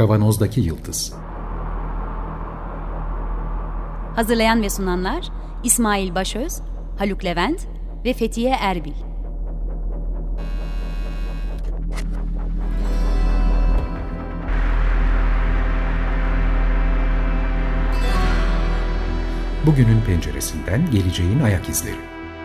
Kavanozdaki Yıldız. Hazırlayan ve sunanlar İsmail Başöz, Haluk Levent ve Fethiye Erbil. Bugünün penceresinden geleceğin ayak izleri.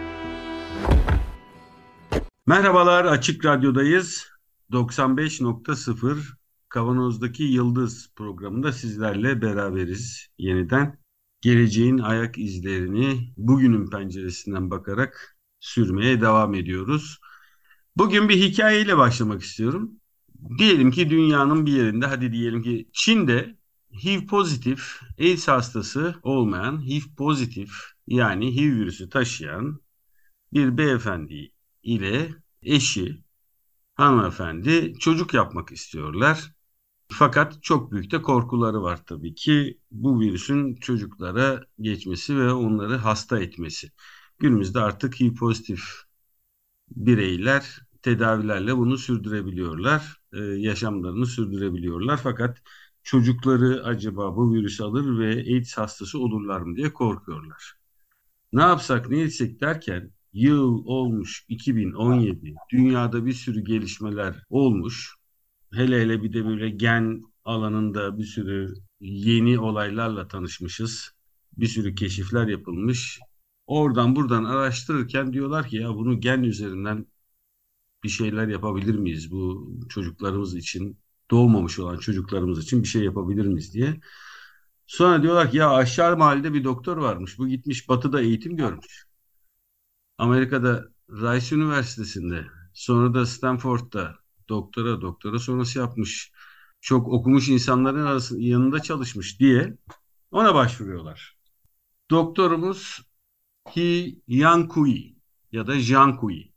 Merhabalar, Açık Radyo'dayız. 95.0 Kavanoz'daki Yıldız programında sizlerle beraberiz yeniden. Geleceğin ayak izlerini bugünün penceresinden bakarak sürmeye devam ediyoruz. Bugün bir hikayeyle başlamak istiyorum. Diyelim ki dünyanın bir yerinde, hadi diyelim ki Çin'de HIV pozitif, AIDS hastası olmayan, HIV pozitif yani HIV virüsü taşıyan bir beyefendi ile eşi, hanımefendi çocuk yapmak istiyorlar. Fakat çok büyük de korkuları var tabii ki bu virüsün çocuklara geçmesi ve onları hasta etmesi. Günümüzde artık HIV pozitif bireyler tedavilerle bunu sürdürebiliyorlar, yaşamlarını sürdürebiliyorlar. Fakat çocukları acaba bu virüs alır ve AIDS hastası olurlar mı diye korkuyorlar. Ne yapsak ne etsek derken yıl olmuş 2017, dünyada bir sürü gelişmeler olmuş. Hele hele bir de böyle gen alanında bir sürü yeni olaylarla tanışmışız. Bir sürü keşifler yapılmış. Oradan buradan araştırırken diyorlar ki ya bunu gen üzerinden bir şeyler yapabilir miyiz? Bu çocuklarımız için, doğmamış olan çocuklarımız için bir şey yapabilir miyiz diye. Sonra diyorlar ki ya aşağı mahallede bir doktor varmış. Bu gitmiş batıda eğitim görmüş. Amerika'da Rice Üniversitesi'nde, sonra da Stanford'da doktora sonrası yapmış. Çok okumuş insanların yanında çalışmış diye ona başvuruyorlar. Doktorumuz Yang Kui ya da Jiang Kui.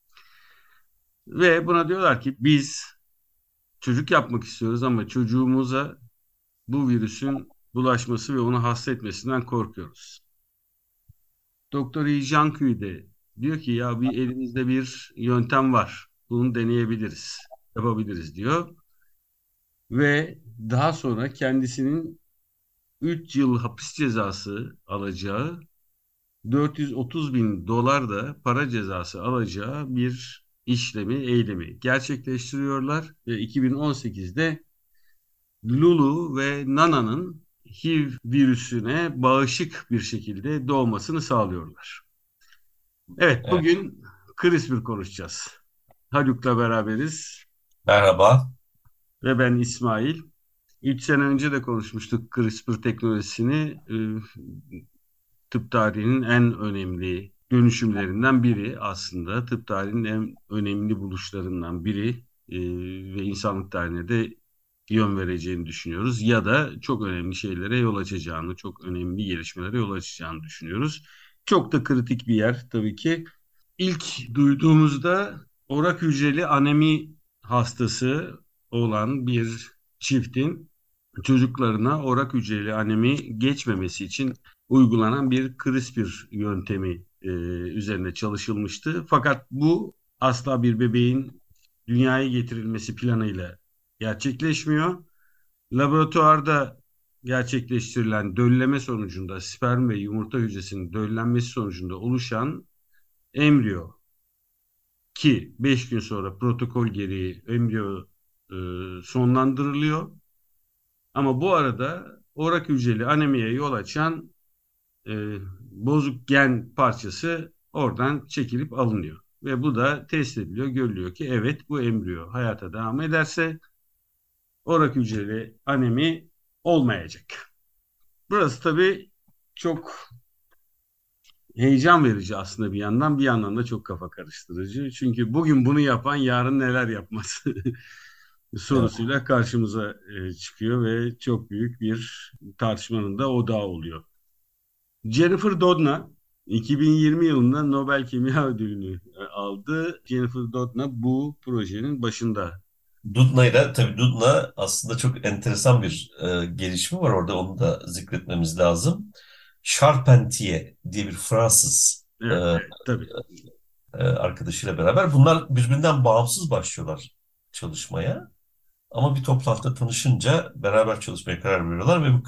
Ve buna diyorlar ki biz çocuk yapmak istiyoruz ama çocuğumuza bu virüsün bulaşması ve onu hasta etmesinden korkuyoruz. Doktor Jiang Kui de diyor ki ya bir elimizde bir yöntem var. Bunu deneyebiliriz, yapabiliriz diyor. Ve daha sonra kendisinin 3 yıl hapis cezası alacağı, 430 bin dolar da para cezası alacağı bir eylemi gerçekleştiriyorlar. Ve 2018'de Lulu ve Nana'nın HIV virüsüne bağışık bir şekilde doğmasını sağlıyorlar. Evet, bugün CRISPR konuşacağız. Haluk'la beraberiz. Merhaba. Ve ben İsmail. 3 sene önce de konuşmuştuk CRISPR teknolojisini. Tıp tarihinin en önemli dönüşümlerinden biri aslında. Tıp tarihinin en önemli buluşlarından biri ve insanlık tarihine de yön vereceğini düşünüyoruz. Ya da çok önemli şeylere yol açacağını, çok önemli gelişmelere yol açacağını düşünüyoruz. Çok da kritik bir yer tabii ki. İlk duyduğumuzda orak hücreli anemi hastası olan bir çiftin çocuklarına orak hücreli anemi geçmemesi için uygulanan bir CRISPR yöntemi üzerine çalışılmıştı. Fakat bu asla bir bebeğin dünyaya getirilmesi planıyla gerçekleşmiyor. Laboratuvarda gerçekleştirilen dölleme sonucunda sperm ve yumurta hücresinin döllenmesi sonucunda oluşan embriyo ki 5 gün sonra protokol gereği embriyo sonlandırılıyor. Ama bu arada orak hücreli anemiye yol açan bozuk gen parçası oradan çekilip alınıyor. Ve bu da test ediliyor, görülüyor ki evet bu embriyo hayata devam ederse orak hücreli anemi olmayacak. Burası tabii çok heyecan verici aslında bir yandan da çok kafa karıştırıcı. Çünkü bugün bunu yapan yarın neler yapmaz sorusuyla karşımıza çıkıyor ve çok büyük bir tartışmanın da odağı oluyor. Jennifer Doudna 2020 yılında Nobel Kimya Ödülünü aldı. Jennifer Doudna bu projenin başında. Doudna aslında çok enteresan bir gelişme var orada, onu da zikretmemiz lazım. Charpentier diye bir Fransız tabii. Arkadaşıyla beraber bunlar birbirinden bağımsız başlıyorlar çalışmaya. Ama bir toplantıda tanışınca beraber çalışmaya karar veriyorlar ve bu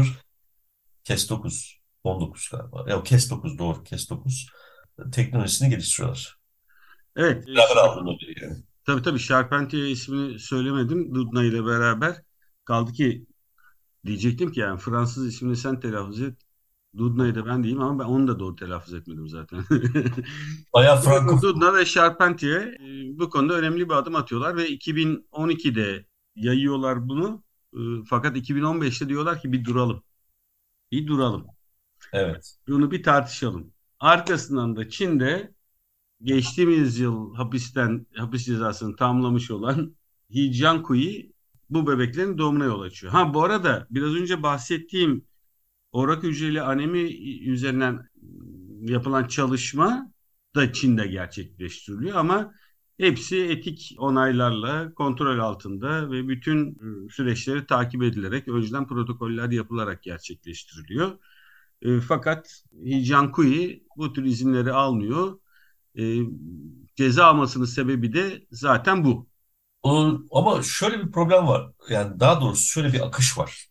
CRISPR-Cas9, 19 galiba. Ya Cas9 doğru, Cas9 teknolojisini geliştiriyorlar. Evet, Beraber aldım öyle yani. tabii Charpentier ismini söylemedim Doudna ile beraber. Kaldı ki diyecektim ki yani Fransız ismini sen telaffuz et. Doudna'yı da ben diyeyim ama ben onu da doğru telaffuz etmedim zaten. Bayağı Franco. Doudna ve Charpentier bu konuda önemli bir adım atıyorlar ve 2012'de yayıyorlar bunu. Fakat 2015'te diyorlar ki bir duralım. Bir duralım. Evet. Bunu bir tartışalım. Arkasından da Çin'de geçtiğimiz yıl hapis cezasını tamamlamış olan He Jiankui bu bebeklerin doğumuna yol açıyor. Ha bu arada biraz önce bahsettiğim orak hücreli anemi üzerinden yapılan çalışma da Çin'de gerçekleştiriliyor ama hepsi etik onaylarla kontrol altında ve bütün süreçleri takip edilerek önceden protokoller yapılarak gerçekleştiriliyor. Fakat He Jiankui bu tür izinleri almıyor. E, Ceza almasının sebebi de zaten bu. Ama şöyle bir problem var. Yani daha doğrusu şöyle bir akış var.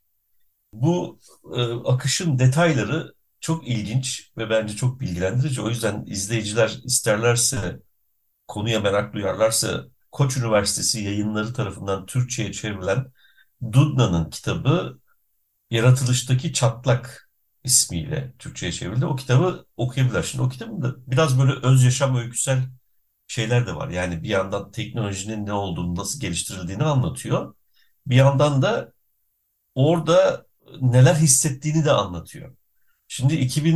Bu akışın detayları çok ilginç ve bence çok bilgilendirici. O yüzden izleyiciler isterlerse, konuya merak duyarlarsa Koç Üniversitesi yayınları tarafından Türkçe'ye çevrilen Dudna'nın kitabı Yaratılıştaki Çatlak ismiyle Türkçe'ye çevrildi. O kitabı okuyabilirler. Şimdi o kitabın da biraz böyle öz yaşam öyküsel şeyler de var. Yani bir yandan teknolojinin ne olduğunu, nasıl geliştirildiğini anlatıyor. Bir yandan da orada neler hissettiğini de anlatıyor. Şimdi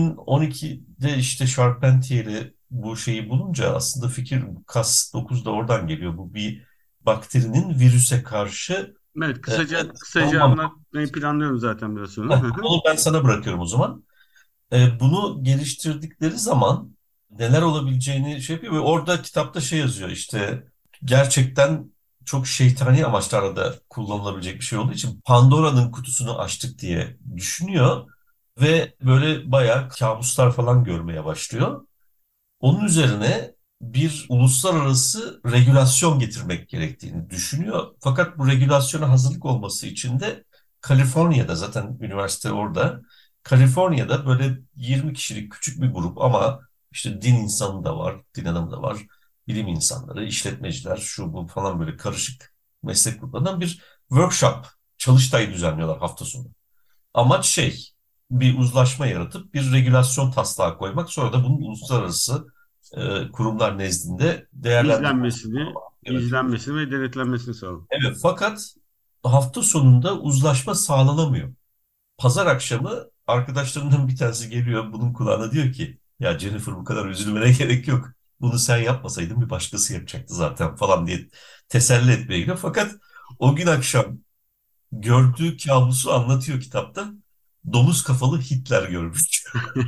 2012'de işte Charpentier'le bu şeyi bulunca aslında fikir Cas9 da oradan geliyor. Bu bir bakterinin virüse karşı Evet, e, kısaca savunma. anlatmayı planlıyorum zaten biraz sonra. Heh, Hı hı. onu ben sana bırakıyorum o zaman. Bunu geliştirdikleri zaman neler olabileceğini şey yapıyor ve orada kitapta şey yazıyor işte gerçekten çok şeytani amaçlarla da kullanılabilecek bir şey olduğu için Pandora'nın kutusunu açtık diye düşünüyor ve böyle bayağı kabuslar falan görmeye başlıyor. Onun üzerine bir uluslararası regülasyon getirmek gerektiğini düşünüyor. Fakat bu regülasyona hazırlık olması için de Kaliforniya'da zaten üniversite orada. Kaliforniya'da böyle 20 kişilik küçük bir grup ama işte din insanı da var, din adamı da var, bilim insanları, işletmeciler, şu bu falan böyle karışık meslek gruplarından bir workshop, çalıştay düzenliyorlar hafta sonu. Amaç şey, bir uzlaşma yaratıp bir regülasyon taslağı koymak, sonra da bunun uluslararası kurumlar nezdinde değerlendirilmesi İzlenmesini, gerekiyor. izlenmesini ve denetlenmesini sağlamak. Evet, fakat hafta sonunda uzlaşma sağlanamıyor. Pazar akşamı arkadaşlarından bir tanesi geliyor, bunun kulağına diyor ki, ya Jennifer bu kadar üzülmene gerek yok. Bunu sen yapmasaydın bir başkası yapacaktı zaten falan diye teselli etmeye gidiyor. Fakat o gün akşam gördüğü kabusu anlatıyor kitapta. Domuz kafalı Hitler görmüş.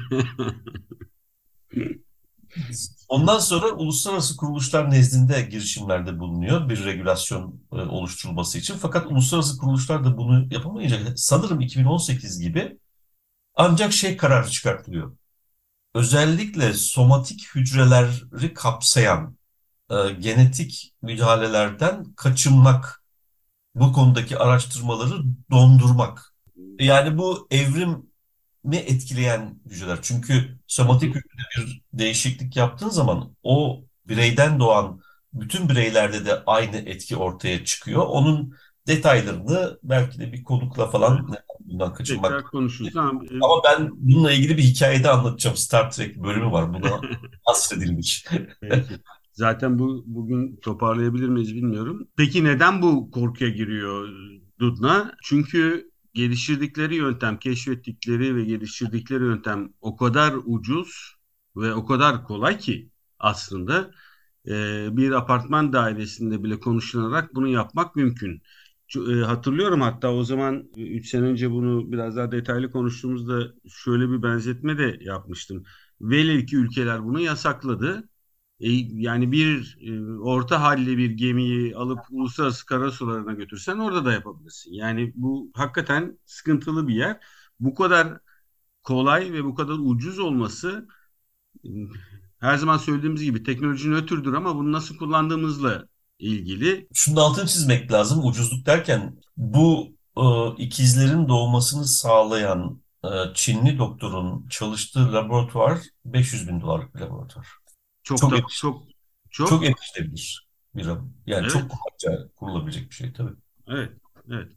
Ondan sonra uluslararası kuruluşlar nezdinde girişimlerde bulunuyor bir regülasyon oluşturulması için. Fakat uluslararası kuruluşlar da bunu yapamayınca sanırım 2018 gibi ancak şey kararı çıkartılıyor. Özellikle somatik hücreleri kapsayan genetik müdahalelerden kaçınmak, bu konudaki araştırmaları dondurmak. Yani bu evrim mi etkileyen hücreler. Çünkü somatik hücrede bir değişiklik yaptığın zaman o bireyden doğan bütün bireylerde de aynı etki ortaya çıkıyor. Onun detaylarını belki de bir konukla falan bundan kaçınmak. Tekrar konuşuruz. Ama, Ama ben bununla ilgili bir hikayede anlatacağım. Star Trek bölümü var. Buna hasredilmiş. peki. Zaten bugün toparlayabilir miyiz bilmiyorum. Peki neden bu korkuya giriyor Dudna? Çünkü geliştirdikleri yöntem, keşfettikleri ve geliştirdikleri yöntem o kadar ucuz ve o kadar kolay ki aslında bir apartman dairesinde bile konuşularak bunu yapmak mümkün. Hatırlıyorum hatta o zaman 3 sene önce bunu biraz daha detaylı konuştuğumuzda şöyle bir benzetme de yapmıştım. Velev ki ülkeler bunu yasakladı. Yani orta halli bir gemiyi alıp uluslararası karasularına götürsen orada da yapabilirsin. Yani bu hakikaten sıkıntılı bir yer. Bu kadar kolay ve bu kadar ucuz olması her zaman söylediğimiz gibi teknoloji nötrdür ama bunu nasıl kullandığımızla ilgili. Şunun altını çizmek lazım. Ucuzluk derken bu ikizlerin doğmasını sağlayan Çinli doktorun çalıştığı laboratuvar 500 bin dolarlık bir laboratuvar. Çok Çok da yetiş, çok çok çok yetiştirebilir bir yani çok evet, kolayca kurulabilecek bir şey tabii. evet, evet.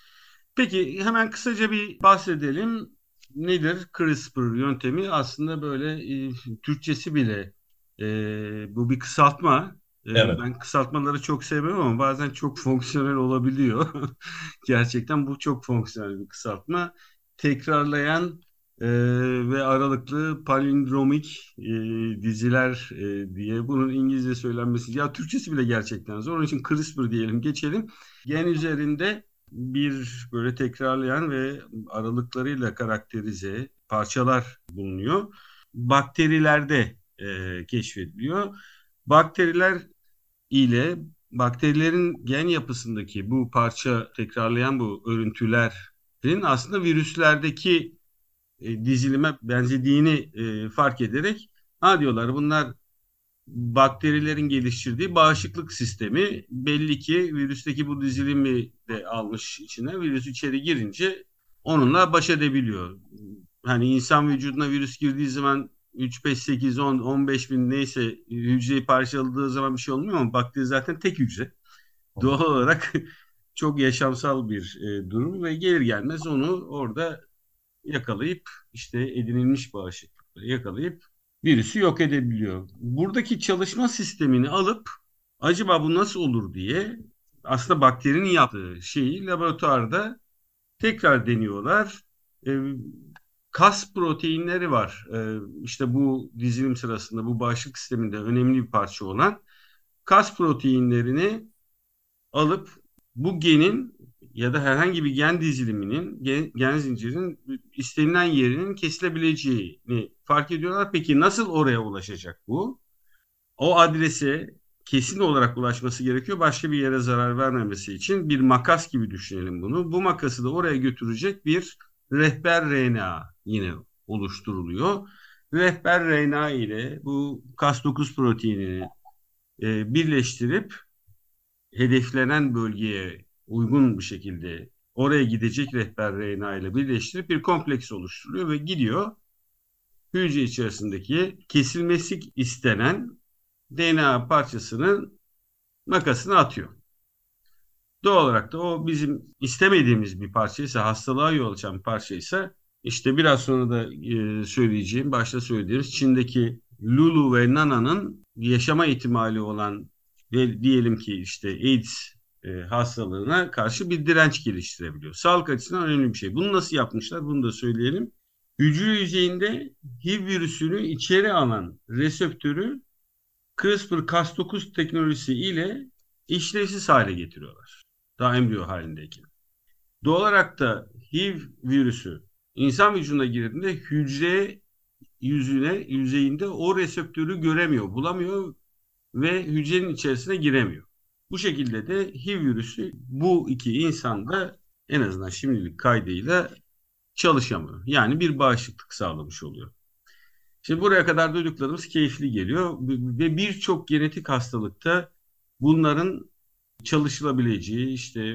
Peki hemen kısaca bir bahsedelim. Nedir CRISPR yöntemi? Aslında böyle Türkçesi bile bu bir kısaltma. Evet. Ben kısaltmaları çok sevmem ama bazen çok fonksiyonel olabiliyor. Gerçekten bu çok fonksiyonel bir kısaltma. Tekrarlayan e, ve aralıklı palindromik diziler diye bunun İngilizce söylenmesi. Ya Türkçesi bile gerçekten zor. Onun için CRISPR diyelim geçelim. Gen üzerinde bir böyle tekrarlayan ve aralıklarıyla karakterize parçalar bulunuyor. Bakterilerde keşfediliyor. Bakteriler ile bakterilerin gen yapısındaki bu parça tekrarlayan bu örüntülerin aslında virüslerdeki dizilime benzediğini fark ederek ha diyorlar bunlar bakterilerin geliştirdiği bağışıklık sistemi belli ki virüsteki bu dizilimi de almış içine. Virüs içeri girince onunla baş edebiliyor. Hani insan vücuduna virüs girdiği zaman 3, 5, 8, 10, 15 bin neyse hücreyi parçaladığı zaman bir şey olmuyor ama bakteri zaten tek hücre. Doğal olarak çok yaşamsal bir durum ve gelir gelmez onu orada yakalayıp işte edinilmiş bağışıklıkları yakalayıp virüsü yok edebiliyor. Buradaki çalışma sistemini alıp acaba bu nasıl olur diye aslında bakterinin yaptığı şeyi laboratuvarda tekrar deniyorlar. E, Kas proteinleri var. İşte bu dizilim sırasında bu bağışıklık sisteminde önemli bir parça olan kas proteinlerini alıp bu genin ya da herhangi bir gen diziliminin, gen zincirinin istenilen yerinin kesilebileceğini fark ediyorlar. Peki nasıl oraya ulaşacak bu? O adrese kesin olarak ulaşması gerekiyor. Başka bir yere zarar vermemesi için bir makas gibi düşünelim bunu. Bu makası da oraya götürecek bir rehber RNA yine oluşturuluyor. Rehber RNA ile bu Cas9 proteinini birleştirip hedeflenen bölgeye uygun bir şekilde oraya gidecek rehber RNA ile birleştirip bir kompleks oluşturuyor ve gidiyor hücre içerisindeki kesilmesi istenen DNA parçasının makasını atıyor. Doğal olarak da o bizim istemediğimiz bir parçaysa, hastalığa yol açan bir parçaysa işte biraz sonra da söyleyeceğim, başta söylediğimiz Çin'deki Lulu ve Nana'nın yaşama ihtimali olan ve diyelim ki işte AIDS hastalığına karşı bir direnç geliştirebiliyor. Sağlık açısından önemli bir şey. Bunu nasıl yapmışlar? Bunu da söyleyelim. Hücre yüzeyinde HIV virüsünü içeri alan reseptörü CRISPR-Cas9 teknolojisi ile işlevsiz hale getiriyorlar. Daha embriyo halindeyken. Doğal olarak da HIV virüsü insan vücuduna girdiğinde hücre yüzeyinde o reseptörü göremiyor, bulamıyor ve hücrenin içerisine giremiyor. Bu şekilde de HIV virüsü bu iki insanda en azından şimdilik kaydıyla çalışamıyor. Yani bir bağışıklık sağlamış oluyor. Şimdi buraya kadar duyduklarımız keyifli geliyor ve birçok genetik hastalıkta bunların çalışılabileceği işte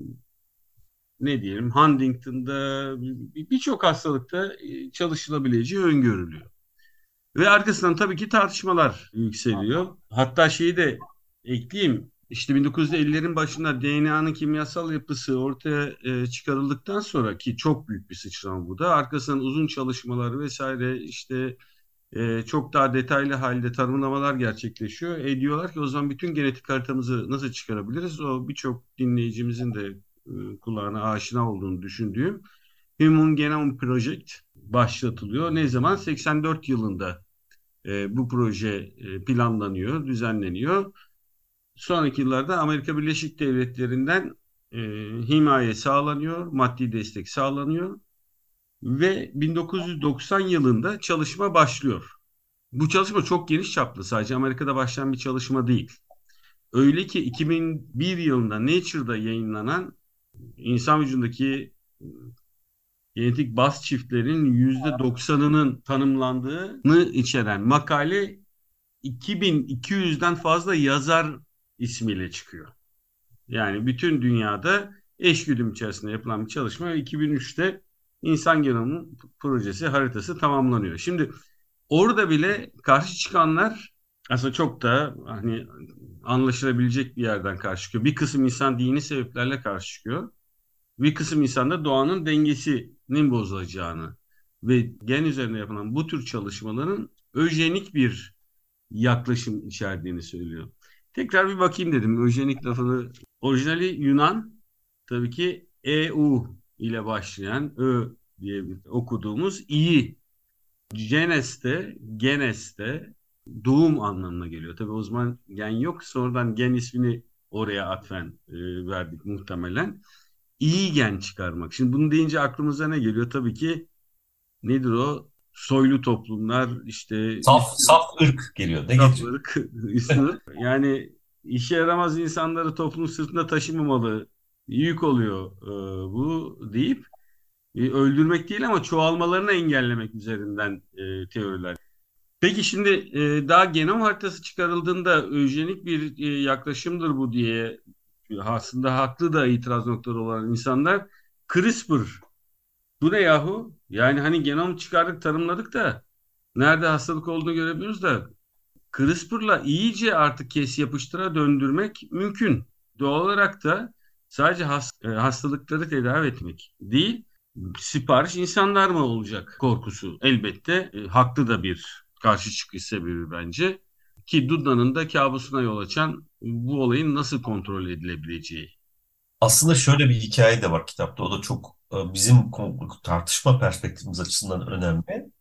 ne diyelim Huntington'da birçok hastalıkta çalışılabileceği öngörülüyor. Ve arkasından tabii ki tartışmalar yükseliyor. Hatta şeyi de ekleyeyim. İşte 1950'lerin başında DNA'nın kimyasal yapısı ortaya çıkarıldıktan sonra ki çok büyük bir sıçrama bu da. Arkasından uzun çalışmalar vesaire işte çok daha detaylı halde tanımlamalar gerçekleşiyor. Diyorlar ki o zaman bütün genetik haritamızı nasıl çıkarabiliriz? O birçok dinleyicimizin de kulağına aşina olduğunu düşündüğüm Human Genome Project başlatılıyor. Ne zaman? 84 yılında bu proje planlanıyor, düzenleniyor. Sonraki yıllarda Amerika Birleşik Devletleri'nden himaye sağlanıyor, maddi destek sağlanıyor ve 1990 yılında çalışma başlıyor. Bu çalışma çok geniş çaplı, sadece Amerika'da başlayan bir çalışma değil. Öyle ki 2001 yılında Nature'da yayınlanan insan vücudundaki genetik baz çiftlerinin %90'ının tanımlandığını içeren makale 2200'den fazla yazar ismiyle çıkıyor. Yani bütün dünyada eşgüdüm içerisinde yapılan bir çalışma ve 2003'te İnsan Genomu Projesi haritası tamamlanıyor. Şimdi orada bile karşı çıkanlar aslında çok da hani anlaşılabilecek bir yerden karşı çıkıyor. Bir kısım insan dini sebeplerle karşı çıkıyor. Bir kısım insan da doğanın dengesinin bozulacağını ve gen üzerine yapılan bu tür çalışmaların öjenik bir yaklaşım içerdiğini söylüyor. Tekrar bir bakayım dedim. Öjenik lafını. Orijinali Yunan, tabii ki EU ile başlayan diye okuduğumuz iyi. Geneste doğum anlamına geliyor. Tabii o zaman gen yok. Sonradan gen ismini oraya atfen verdik muhtemelen. İyi gen çıkarmak. Şimdi bunu deyince aklımıza ne geliyor? Tabii ki nedir o? Soylu toplumlar, işte Saf ırk geliyor. Ne saf getiriyor? ırk, üstün ırk. Yani işe yaramaz insanları toplum sırtında taşımamalı. Yük oluyor bu deyip öldürmek değil ama çoğalmalarını engellemek üzerinden teoriler. Peki şimdi daha genom haritası çıkarıldığında öjenik bir yaklaşımdır bu diye aslında haklı da itiraz noktaları olan insanlar CRISPR. Bu ne yahu? Yani hani genom çıkardık, tanımladık da nerede hastalık olduğunu görebiliyoruz da CRISPR'la iyice artık kes yapıştıra döndürmek mümkün. Doğal olarak da sadece hastalıkları tedavi etmek değil, sipariş insanlar mı olacak korkusu elbette haklı da bir karşı çıkış sebebi bence. Ki Dudna'nın da kabusuna yol açan bu olayın nasıl kontrol edilebileceği. Aslında şöyle bir hikaye de var kitapta. O da çok bizim tartışma perspektifimiz açısından önemli.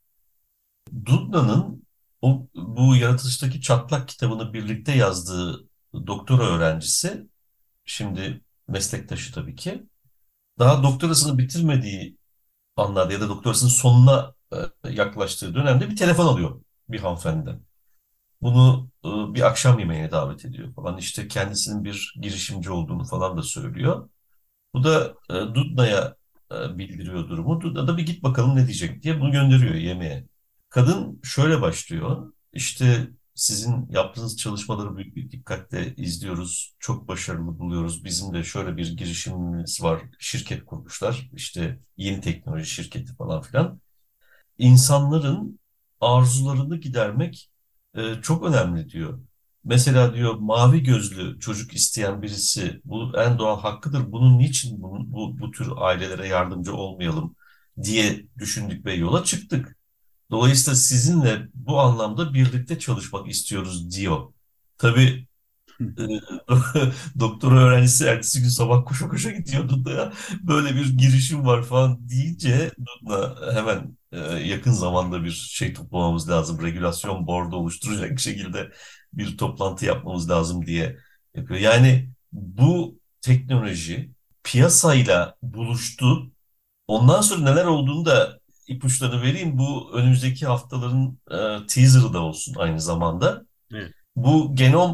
Dudna'nın bu yaratılıştaki çatlak kitabını birlikte yazdığı doktora öğrencisi, şimdi meslektaşı tabii ki, daha doktorasını bitirmediği anlarda ya da doktorasının sonuna yaklaştığı dönemde bir telefon alıyor bir hanımefendiden. Bunu bir akşam yemeğine davet ediyor falan. İşte kendisinin bir girişimci olduğunu falan da söylüyor. Bu da Dudna'ya bildiriyor durumu. Dudna da bir git bakalım ne diyecek diye bunu gönderiyor yemeğe. Kadın şöyle başlıyor. İşte sizin yaptığınız çalışmaları büyük bir dikkatle izliyoruz. Çok başarılı buluyoruz. Bizim de şöyle bir girişimimiz var. Şirket kurmuşlar. İşte yeni teknoloji şirketi falan filan. İnsanların arzularını gidermek çok önemli diyor. Mesela diyor mavi gözlü çocuk isteyen birisi bu en doğal hakkıdır. Bunun niçin bu tür ailelere yardımcı olmayalım diye düşündük ve yola çıktık. Dolayısıyla sizinle bu anlamda birlikte çalışmak istiyoruz diyor. Tabii e, doktora öğrencisi ertesi gün sabah koşa koşa gidiyordu da böyle bir girişim var falan deyince Dudna hemen yakın zamanda bir şey toplamamız lazım. Regülasyon boardu oluşturacak şekilde bir toplantı yapmamız lazım diye yapıyor. Yani bu teknoloji piyasayla buluştu. Ondan sonra neler olduğunu da ipuçlarını vereyim. Bu önümüzdeki haftaların teaserı da olsun aynı zamanda. Evet. Bu genom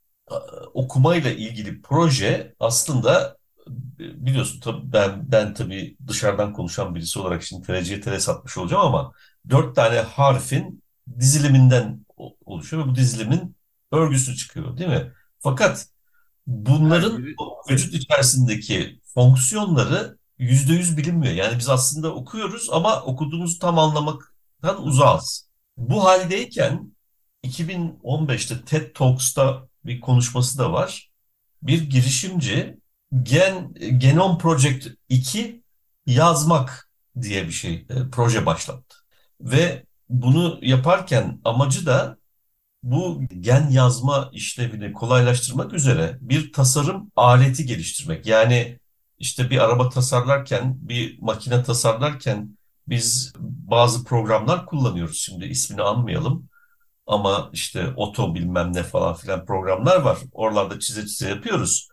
okumayla ilgili proje aslında biliyorsun tabii ben tabii dışarıdan konuşan birisi olarak şimdi tereciye tere satmış olacağım ama 4 tane harfin diziliminden oluşuyor ve bu dizilimin örgüsü çıkıyor değil mi? Fakat Her bunların biri vücut içerisindeki fonksiyonları %100 bilinmiyor. Yani biz aslında okuyoruz ama okuduğumuzu tam anlamaktan uzağız. Bu haldeyken 2015'te TED Talks'ta bir konuşması da var. Bir girişimci Genome Project 2 yazmak diye bir proje başlattı. Ve bunu yaparken amacı da bu gen yazma işlevini kolaylaştırmak üzere bir tasarım aleti geliştirmek. Yani işte bir araba tasarlarken, bir makine tasarlarken biz bazı programlar kullanıyoruz. Şimdi ismini anmayalım. Ama işte oto bilmem ne falan filan programlar var. Oralarda çize çize yapıyoruz.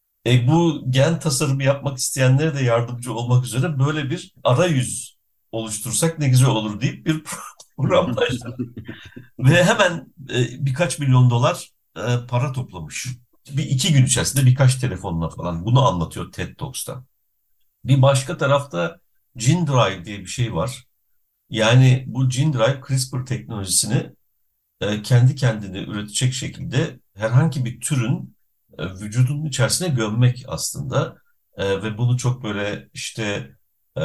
Bu gen tasarımı yapmak isteyenlere de yardımcı olmak üzere böyle bir arayüz oluştursak ne güzel olur deyip bir program başladı. Ve hemen birkaç milyon dolar para toplamış. 2 gün içerisinde birkaç telefonla falan bunu anlatıyor TED Talks'ta. Bir başka tarafta GeneDrive diye bir şey var. Yani bu GeneDrive CRISPR teknolojisini kendi kendine üretecek şekilde herhangi bir türün vücudunun içerisine gömmek aslında. Ve bunu çok böyle işte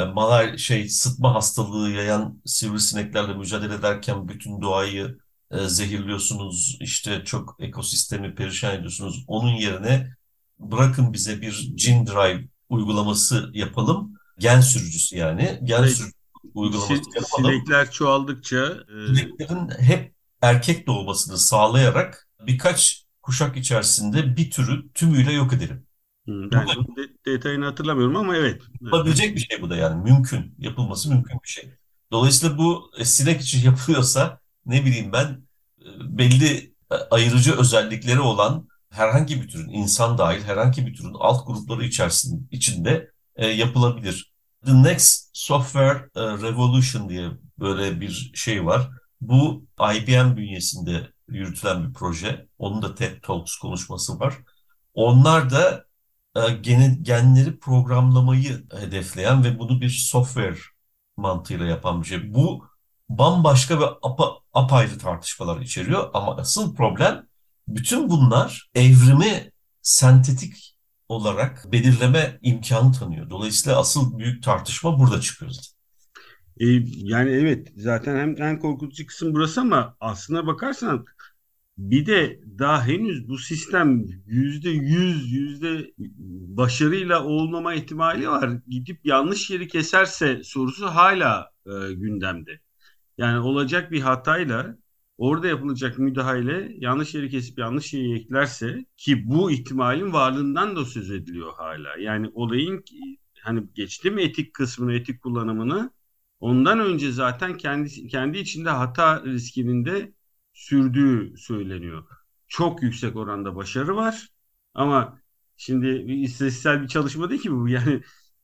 sıtma hastalığı yayan sivrisineklerle mücadele ederken bütün doğayı zehirliyorsunuz, işte çok ekosistemi perişan ediyorsunuz. Onun yerine bırakın bize bir gene drive uygulaması yapalım. Gen sürücüsü yani. Gen Evet, sürücüsü uygulaması yapalım. sinekler çoğaldıkça Sineklerin hep erkek doğmasını sağlayarak birkaç kuşak içerisinde bir türü tümüyle yok edelim. ben bunun detayını hatırlamıyorum ama evet. Yapılabilecek bir şey bu da yani mümkün. Yapılması mümkün bir şey. Dolayısıyla bu sinek için yapılıyorsa ne bileyim ben belli ayırıcı özellikleri olan herhangi bir türün, insan dahil herhangi bir türün alt grupları içinde yapılabilir. The Next Software Revolution diye böyle bir şey var. Bu IBM bünyesinde yürütülen bir proje. Onun da TED Talks konuşması var. Onlar da genleri programlamayı hedefleyen ve bunu bir software mantığıyla yapan bir şey. Bu bambaşka ve apayrı tartışmalar içeriyor ama asıl problem bütün bunlar evrimi sentetik olarak belirleme imkanı tanıyor. Dolayısıyla asıl büyük tartışma burada çıkıyor zaten. Yani evet, zaten hem en korkutucu kısım burası ama aslına bakarsan bir de daha henüz bu sistem yüzde başarıyla olmama ihtimali var. Gidip yanlış yeri keserse sorusu hala gündemde. Yani olacak bir hatayla orada yapılacak müdahale yanlış yeri kesip yanlış şeyi eklerse, ki bu ihtimalin varlığından da söz ediliyor hala. Yani olayın hani geçtim etik kısmını, etik kullanımını, ondan önce zaten kendi içinde hata riskinin de sürdüğü söyleniyor. Çok yüksek oranda başarı var ama şimdi bir istatistiksel bir çalışma değil ki bu. Yani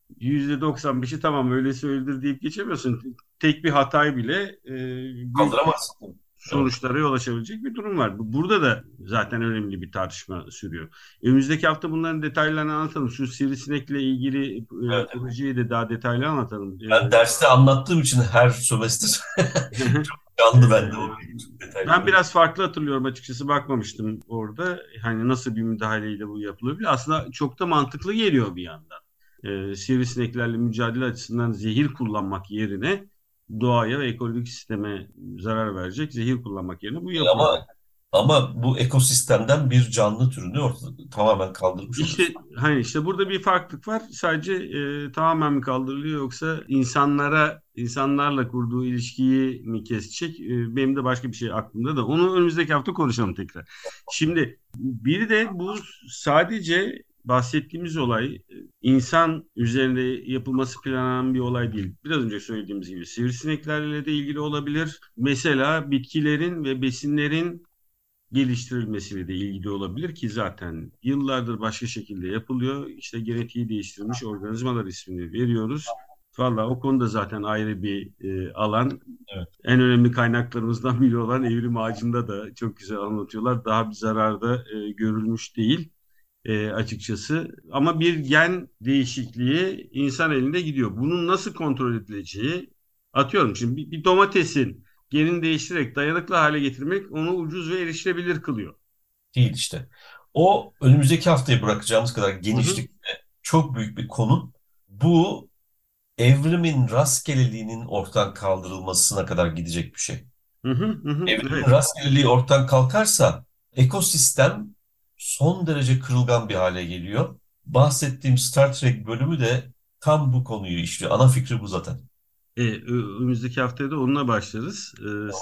%95'i tamam öyle söyledir deyip geçemiyorsun. Tek bir hatay bile büyük Kaldıramazsın. Evet. sonuçlara yol açabilecek bir durum var. Burada da zaten önemli bir tartışma sürüyor. Önümüzdeki hafta bunların detaylarını anlatalım. Şu sivrisinekle ilgili Evet. projeyi de daha detaylı anlatalım. Ben derste anlattığım için her sömestr canlı bende o çok Ben detaylı. biraz farklı hatırlıyorum açıkçası, bakmamıştım orada. Hani nasıl bir müdahaleyle bu yapılabilir? Aslında çok da mantıklı geliyor bir yandan. Sivrisineklerle mücadele açısından zehir kullanmak yerine doğaya ve ekolojik sisteme zarar verecek zehir kullanmak yerine bu yapılabilir. Ama bu ekosistemden bir canlı türünü tamamen kaldırmış oluyorsun. İşte burada bir farklılık var. Sadece tamamen mi kaldırılıyor yoksa insanlarla kurduğu ilişkiyi mi kesecek? Benim de başka bir şey aklımda da. Onu önümüzdeki hafta konuşalım tekrar. Şimdi bir de bu sadece bahsettiğimiz olay insan üzerinde yapılması planlanan bir olay değil. Biraz önce söylediğimiz gibi sivrisineklerle de ilgili olabilir. Mesela bitkilerin ve besinlerin geliştirilmesiyle de ilgili olabilir ki zaten yıllardır başka şekilde yapılıyor. İşte genetiği değiştirilmiş organizmalar ismini veriyoruz. Valla o konuda zaten ayrı bir alan. Evet. En önemli kaynaklarımızdan biri olan evrim ağacında da çok güzel anlatıyorlar. Daha bir zararda görülmüş değil açıkçası. Ama bir gen değişikliği insan elinde gidiyor. Bunun nasıl kontrol edileceği, atıyorum şimdi bir domatesin genini değiştirerek dayanıklı hale getirmek onu ucuz ve erişilebilir kılıyor. Değil işte. O önümüzdeki haftaya bırakacağımız kadar Hı hı, genişlikte çok büyük bir konu. Bu evrimin rastgeleliğinin ortadan kaldırılmasına kadar gidecek bir şey. hı hı, hı hı, Evrimin evet. rastgeleliği ortadan kalkarsa ekosistem son derece kırılgan bir hale geliyor. Bahsettiğim Star Trek bölümü de tam bu konuyu işliyor. Ana fikri bu zaten. Önümüzdeki haftaya da onunla başlarız.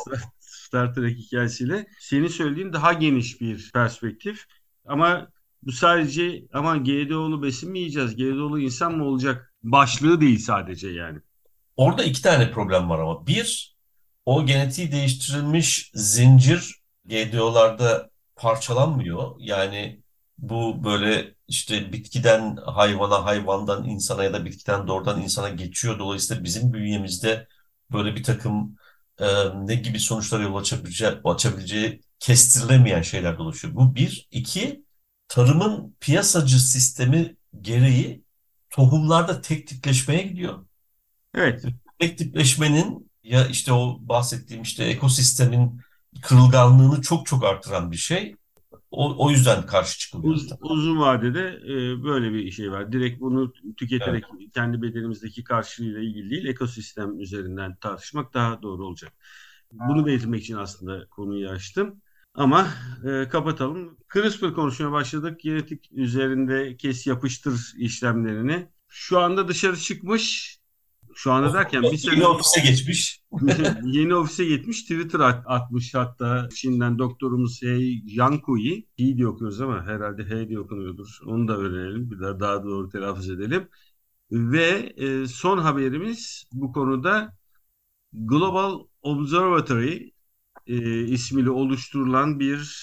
Star Trek hikayesiyle. Senin söylediğin daha geniş bir perspektif. Ama bu sadece ama GDO'lu besin mi yiyeceğiz, GDO'lu insan mı olacak başlığı değil sadece yani. Orada iki tane problem var ama. Bir, o genetiği değiştirilmiş zincir GDO'larda parçalanmıyor. Yani bu böyle işte bitkiden hayvana, hayvandan insana ya da bitkiden doğrudan insana geçiyor. Dolayısıyla bizim bünyemizde böyle bir takım e, ne gibi sonuçlara yol açabileceği kestirilemeyen şeyler dolaşıyor. Bu bir. İki, tarımın piyasacı sistemi gereği tohumlarda tek tipleşmeye gidiyor. Evet. Tek tipleşmenin ya işte o bahsettiğim işte ekosistemin kırılganlığını çok çok artıran bir şey. O yüzden karşı çıkılıyor aslında. Uzun vadede böyle bir şey var. Direkt bunu Evet. tüketerek kendi bedenimizdeki karşılığıyla ilgili değil, ekosistem üzerinden tartışmak daha doğru olacak. Bunu belirtmek için aslında konuyu açtım. Ama kapatalım. CRISPR konuşmaya başladık. Genetik üzerinde kes yapıştır işlemlerini. Şu anda dışarı çıkmış. Şu anda derken bir Yeni sene ofise geçmiş. yeni ofise gitmiş. Twitter atmış hatta Çin'den doktorumuz He Jiankui. He diye okuyoruz ama herhalde He diye okunuyordur. Onu da öğrenelim. Bir daha doğru telaffuz edelim. Ve son haberimiz bu konuda Global Observatory ismiyle oluşturulan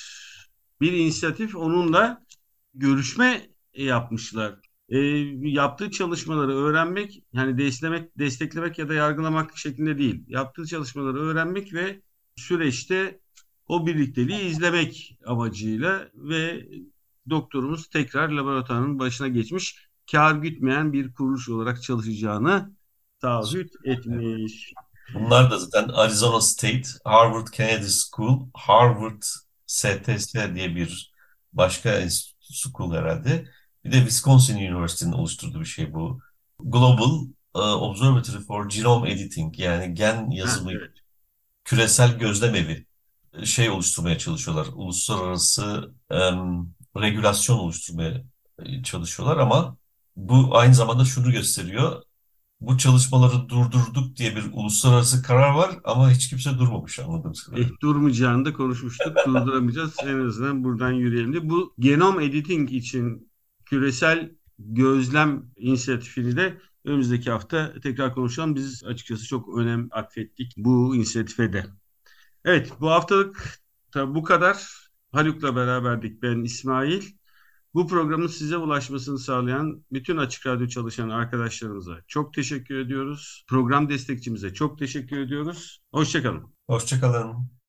bir inisiyatif. Onunla görüşme yapmışlar. Yaptığı çalışmaları öğrenmek, yani desteklemek ya da yargılamak şeklinde değil. Yaptığı çalışmaları öğrenmek ve süreçte o birlikteliği izlemek amacıyla ve doktorumuz tekrar laboratuvarın başına geçmiş, kar gütmeyen bir kuruluş olarak çalışacağını taahhüt etmiş. Bunlar da zaten Arizona State, Harvard Kennedy School, Harvard STS diye bir başka school herhalde. Bir de Wisconsin University'nin oluşturduğu bir şey bu. Global Observatory for Genome Editing, yani gen Ha, yazımı, evet. küresel gözlem evi şey oluşturmaya çalışıyorlar. Uluslararası regülasyon oluşturmaya çalışıyorlar ama bu aynı zamanda şunu gösteriyor. Bu çalışmaları durdurduk diye bir uluslararası karar var ama hiç kimse durmamış anladığım kadarıyla. Durmayacağını da konuşmuştuk. Durduramayacağız. En azından buradan yürüyelim de. Bu genom editing için küresel gözlem inisiyatifini de önümüzdeki hafta tekrar konuşalım. Biz açıkçası çok önem atfettik bu inisiyatife de. Evet, bu haftalık tabii bu kadar. Haluk'la beraberdik, ben İsmail. Bu programın size ulaşmasını sağlayan bütün Açık Radyo çalışan arkadaşlarımıza çok teşekkür ediyoruz. Program destekçimize çok teşekkür ediyoruz. Hoşça kalın. Hoşça kalın.